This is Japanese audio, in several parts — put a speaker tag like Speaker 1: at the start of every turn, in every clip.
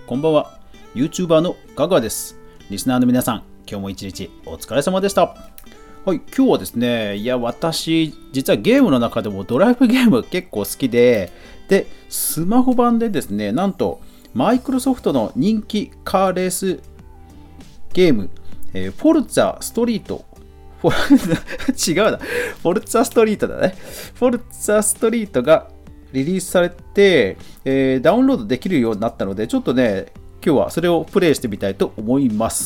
Speaker 1: こんばんは。YouTuber のガガです。リスナーの皆さん、今日も一日お疲れ様でした。はい、今日はですね、私、実はゲームの中でもドライブゲーム結構好きで、スマホ版でですね、なんと、マイクロソフトの人気カーレースゲーム、フォルツァストリート、違うな、フォルツァストリートだね。フォルツァストリートがリリースされて、ダウンロードできるようになったので、ちょっとね、今日はそれをプレイしてみたいと思います。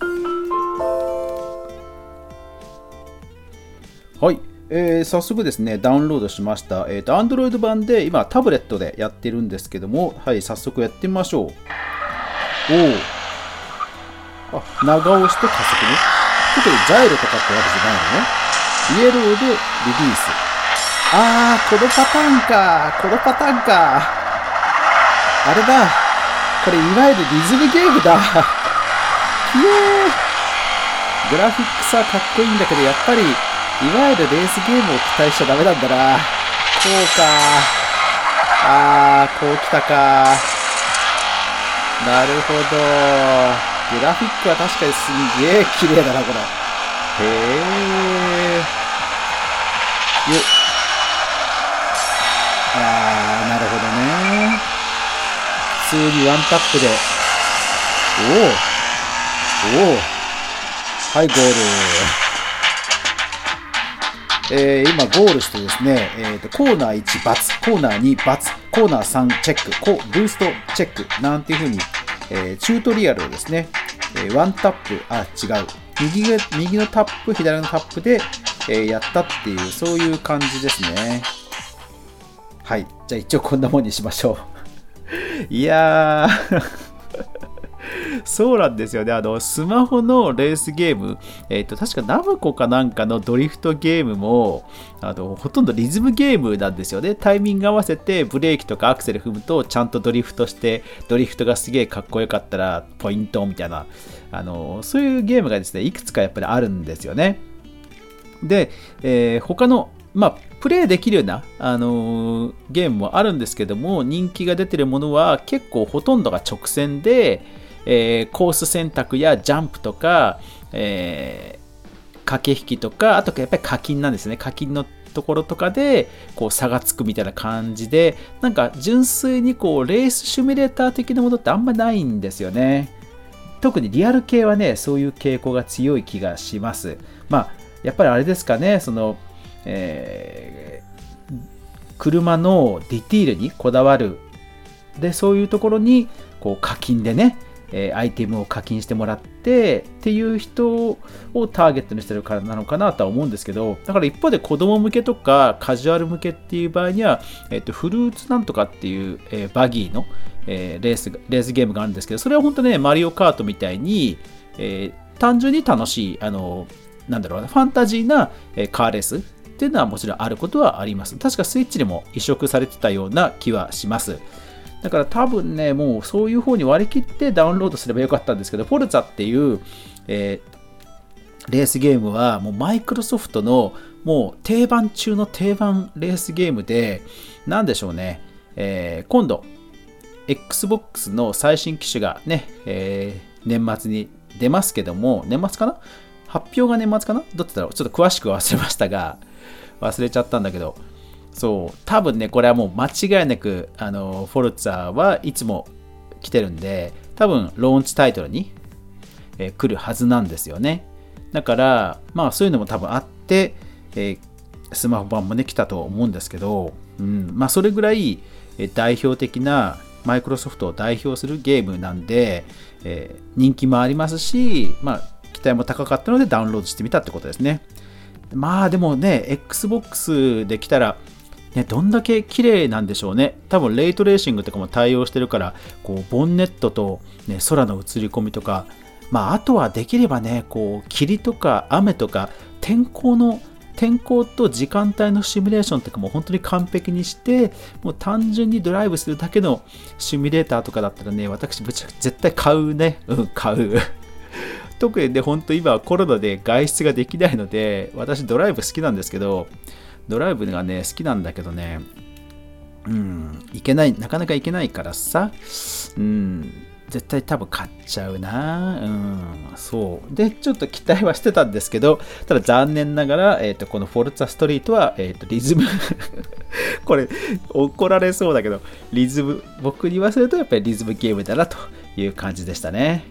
Speaker 1: はい、早速ですね、ダウンロードしました。Android 版で今タブレットでやってるんですけども、はい、早速やってみましょう。長押しと加速ね。特にジャイロとかってわけじゃないのね。イエローでリリース。このパターンか。あれだ。これいわゆるリズムゲームだ。グラフィックさかっこいいんだけど、やっぱりいわゆるレースゲームを期待しちゃダメなんだな。こう来たか。なるほど。グラフィックは確かにすんげえ綺麗だな、これ。よっ。なるほどね。普通にワンタップで。はい、ゴール。今、ゴールしてですね、コーナー1×、コーナー2×、コーナー3チェック、ブーストチェック、なんていう風に、チュートリアルをですね、ワンタップ、違う。右のタップ、左のタップで、やったっていう、そういう感じですね。はい。じゃあ一応こんなもんにしましょう。いやー、そうなんですよね。スマホのレースゲーム、確かナムコかなんかのドリフトゲームも、ほとんどリズムゲームなんですよね。タイミング合わせてブレーキとかアクセル踏むと、ちゃんとドリフトして、ドリフトがすげえかっこよかったら、ポイントみたいな、そういうゲームがですね、いくつかやっぱりあるんですよね。で、他の、プレイできるような、ゲームもあるんですけども、人気が出てるものは結構ほとんどが直線で、コース選択やジャンプとか、駆け引きとか、あとやっぱり課金なんですね。課金のところとかでこう差がつくみたいな感じで、なんか純粋にこうレースシミュレーター的なものってあんまないんですよね。特にリアル系はね、そういう傾向が強い気がします。やっぱりあれですかね、車のディティールにこだわる。で、そういうところにこう課金でね、アイテムを課金してもらってっていう人をターゲットにしてるからなのかなとは思うんですけど、だから一方で子供向けとかカジュアル向けっていう場合には、フルーツなんとかっていう、バギーの、レースゲームがあるんですけど、それは本当ね、マリオカートみたいに、単純に楽しい、ファンタジーな、カーレースっていうのはもちろんあることはあります。確かスイッチでも移植されてたような気はします。だから多分ね、もうそういう方に割り切ってダウンロードすればよかったんですけど、フォルツァっていう、レースゲームはもうマイクロソフトのもう定番中の定番レースゲームで、なんでしょうね、今度 Xbox の最新機種がね、年末に出ますけども、年末かな？発表が年末かな？どっちだろう？ちょっと詳しく忘れましたが、忘れちゃったんだけど、そう、多分ね、これはもう間違いなく、フォルツァはいつも来てるんで、多分ローンチタイトルに、来るはずなんですよね。だから、そういうのも多分あって、スマホ版もね、来たと思うんですけど、それぐらい代表的な、マイクロソフトを代表するゲームなんで、人気もありますし、期待も高かったのでダウンロードしてみたってことですね。でもね、Xbox で来たら、ね、どんだけ綺麗なんでしょうね。多分レイトレーシングとかも対応してるから、こうボンネットと、ね、空の映り込みとか、あとはできればね、こう霧とか雨とか天候と時間帯のシミュレーションとかも本当に完璧にして、もう単純にドライブするだけのシミュレーターとかだったらね、私絶対買うね。買う。特にね、本当今コロナで外出ができないので、私ドライブ好きなんですけど、ドライブがね、好きなんだけどね、 いけない、なかなかいけないからさ、絶対多分買っちゃうな。そうでちょっと期待はしてたんですけど、ただ残念ながら、このフォルツァストリートは、リズムこれ怒られそうだけど、リズム、僕に言わせるとやっぱりリズムゲームだなという感じでしたね。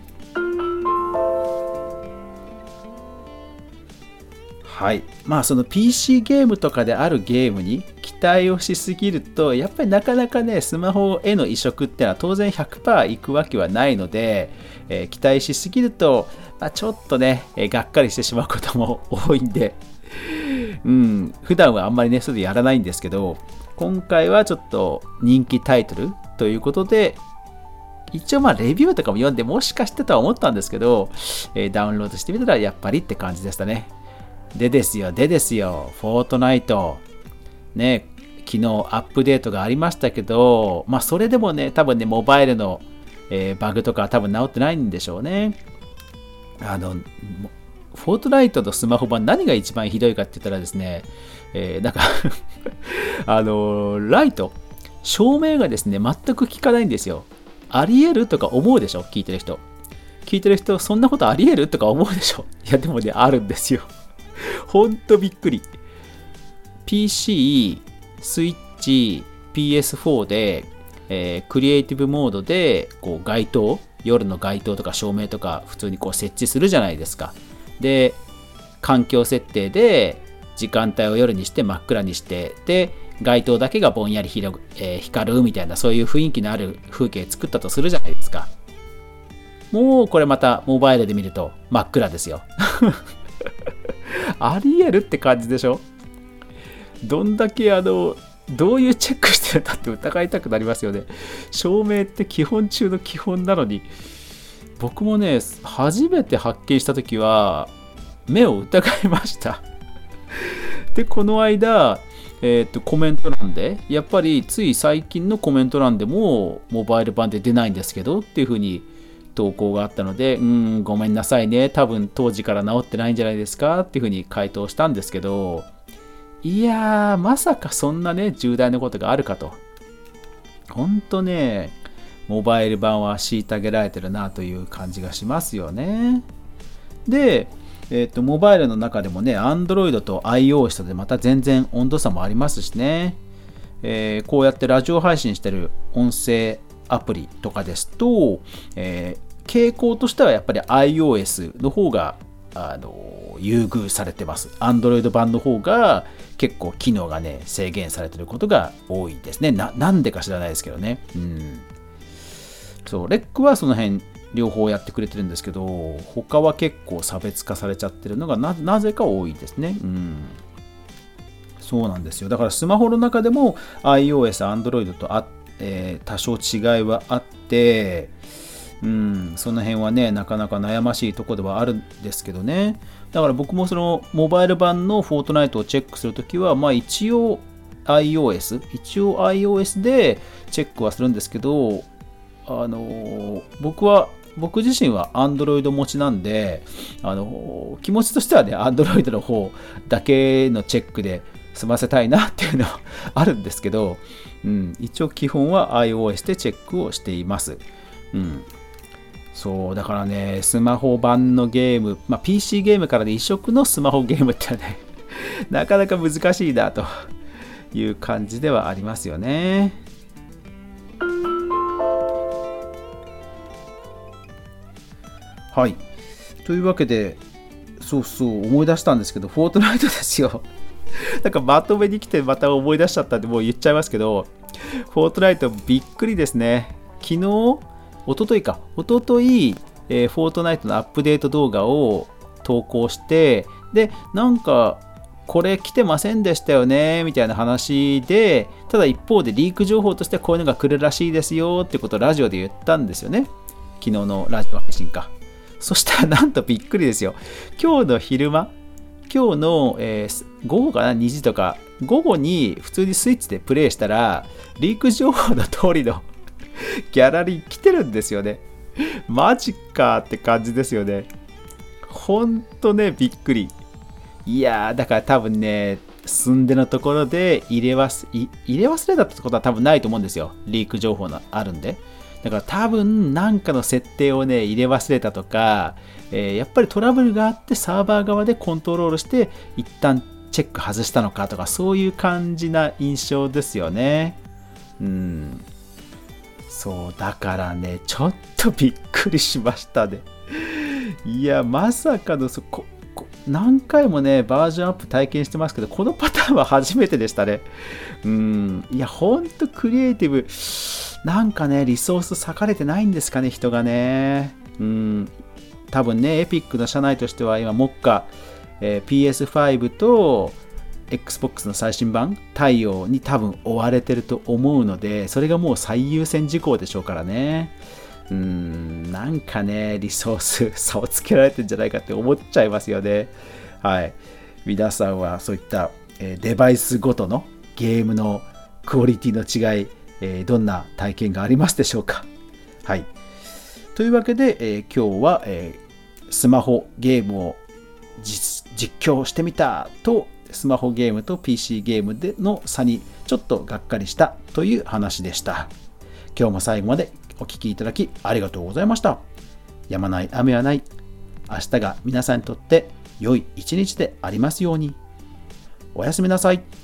Speaker 1: はい、その PC ゲームとかであるゲームに期待をしすぎると、やっぱりなかなかね、スマホへの移植っていうのは当然 100% いくわけはないので、期待しすぎると、ちょっとね、がっかりしてしまうことも多いんで、普段はあんまりね、それでやらないんですけど、今回はちょっと人気タイトルということで、一応レビューとかも読んで、もしかしてとは思ったんですけど、ダウンロードしてみたらやっぱりって感じでしたね。でですよ、フォートナイト。ね、昨日アップデートがありましたけど、それでもね、多分ね、モバイルの、バグとかは多分治ってないんでしょうね。フォートナイトのスマホ版何が一番ひどいかって言ったらですね、なんかライト、照明がですね、全く効かないんですよ。ありえるとか思うでしょ、聞いてる人、そんなことありえるとか思うでしょ。いや、でもね、あるんですよ。ほんとびっくり。PC、スイッチ、PS4 で、クリエイティブモードでこう街灯、夜の街灯とか照明とか普通にこう設置するじゃないですか。で、環境設定で時間帯を夜にして真っ暗にして、で、街灯だけがぼんやり光るみたいな、そういう雰囲気のある風景作ったとするじゃないですか。もうこれまたモバイルで見ると真っ暗ですよ。ありえるって感じでしょ。どんだけどういうチェックしてるんだって疑いたくなりますよね。照明って基本中の基本なのに、僕もね、初めて発見した時は目を疑いました。で、この間、コメント欄で、やっぱりつい最近のコメント欄でもモバイル版で出ないんですけどっていう風に投稿があったので、ごめんなさいね、多分当時から治ってないんじゃないですかっていう風に回答したんですけど、いやー、まさかそんなね、重大なことがあるかと。ほんとね、モバイル版は虐げられてるなという感じがしますよね。で、モバイルの中でもね、Android と iOS とでまた全然温度差もありますしね、こうやってラジオ配信してる音声アプリとかですと、傾向としてはやっぱり iOS の方が優遇されてます。Android 版の方が結構機能がね、制限されてることが多いですね。なんでか知らないですけどね。そう、レックはその辺両方やってくれてるんですけど、他は結構差別化されちゃってるのがなぜか多いですね。そうなんですよ。だからスマホの中でも iOS、Android と多少違いはあって、その辺はね、なかなか悩ましいところではあるんですけどね。だから僕もそのモバイル版のフォートナイトをチェックするときは、一応 iOS でチェックはするんですけど、僕自身は Android 持ちなんで、気持ちとしてはね、Android の方だけのチェックで済ませたいなっていうのはあるんですけど、一応基本は iOS でチェックをしています。そうだからね、スマホ版のゲーム、PC ゲームからで移植のスマホゲームってねなかなか難しいなという感じではありますよね。はい、というわけで、そう思い出したんですけど、フォートナイトですよ。なんかまとめに来てまた思い出しちゃったんでもう言っちゃいますけど、フォートナイトびっくりですね。昨日、一昨日、フォートナイトのアップデート動画を投稿して、で、なんかこれ来てませんでしたよねみたいな話で、ただ一方でリーク情報としてこういうのが来るらしいですよってことをラジオで言ったんですよね。昨日のラジオ配信か。そしたらなんとびっくりですよ。今日の昼間、今日の、午後かな、2時とか、午後に普通にスイッチでプレイしたら、リーク情報の通りのギャラリー来てるんですよね。マジかって感じですよね。ほんとね、びっくり。いやー、だから多分ね、 寸出のところで入れ忘れたってことは多分ないと思うんですよ。リーク情報があるんで。だから多分何かの設定をね入れ忘れたとか、やっぱりトラブルがあってサーバー側でコントロールして一旦チェック外したのかとか、そういう感じな印象ですよね。そうだからね、ちょっとびっくりしましたね。いやまさかの何回もねバージョンアップ体験してますけど、このパターンは初めてでしたね。いやほんとクリエイティブなんかねリソース割かれてないんですかね、人がね。多分ねエピックの社内としては今目下、PS5 と Xbox の最新版対応に多分追われてると思うので、それがもう最優先事項でしょうからね。なんかねリソース差をつけられてんじゃないかって思っちゃいますよね。はい。皆さんはそういった、デバイスごとのゲームのクオリティの違い、どんな体験がありますでしょうか。はい。というわけで、今日は、スマホゲームを実況してみたと、スマホゲームと PC ゲームでの差にちょっとがっかりしたという話でした。今日も最後までお聞きいただきありがとうございました。やまない雨はない。明日が皆さんにとって良い一日でありますように。おやすみなさい。